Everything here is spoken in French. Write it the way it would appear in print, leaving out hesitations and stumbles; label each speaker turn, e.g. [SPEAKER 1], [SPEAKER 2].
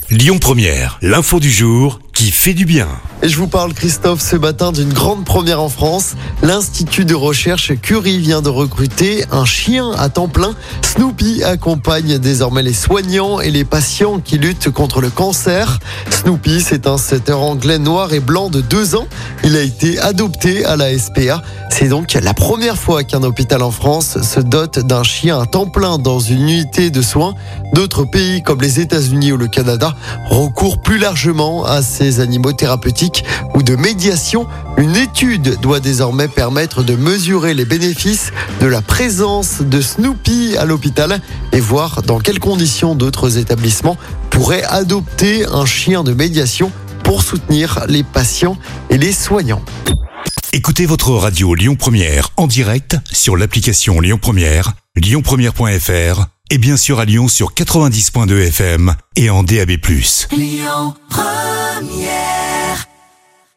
[SPEAKER 1] Lyon Première, l'info du jour qui fait du bien.
[SPEAKER 2] Et je vous parle, Christophe, ce matin d'une grande première en France. L'Institut de recherche Curie vient de recruter un chien à temps plein. Snoopy accompagne désormais les soignants et les patients qui luttent contre le cancer. Snoopy, c'est un setter anglais noir et blanc de 2 ans. Il a été adopté à la SPA. C'est donc la première fois qu'un hôpital en France se dote d'un chien à temps plein dans une unité de soins. D'autres pays comme les États-Unis ou le Canada recourent plus largement à ces animaux thérapeutiques ou de médiation. Une étude doit désormais permettre de mesurer les bénéfices de la présence de Snoopy à l'hôpital et voir dans quelles conditions d'autres établissements pourraient adopter un chien de médiation pour soutenir les patients et les soignants.
[SPEAKER 1] Écoutez votre radio Lyon Première en direct sur l'application Lyon Première, lyonpremière.fr et bien sûr à Lyon sur 90.2 FM et en DAB+.
[SPEAKER 3] Lyon Première.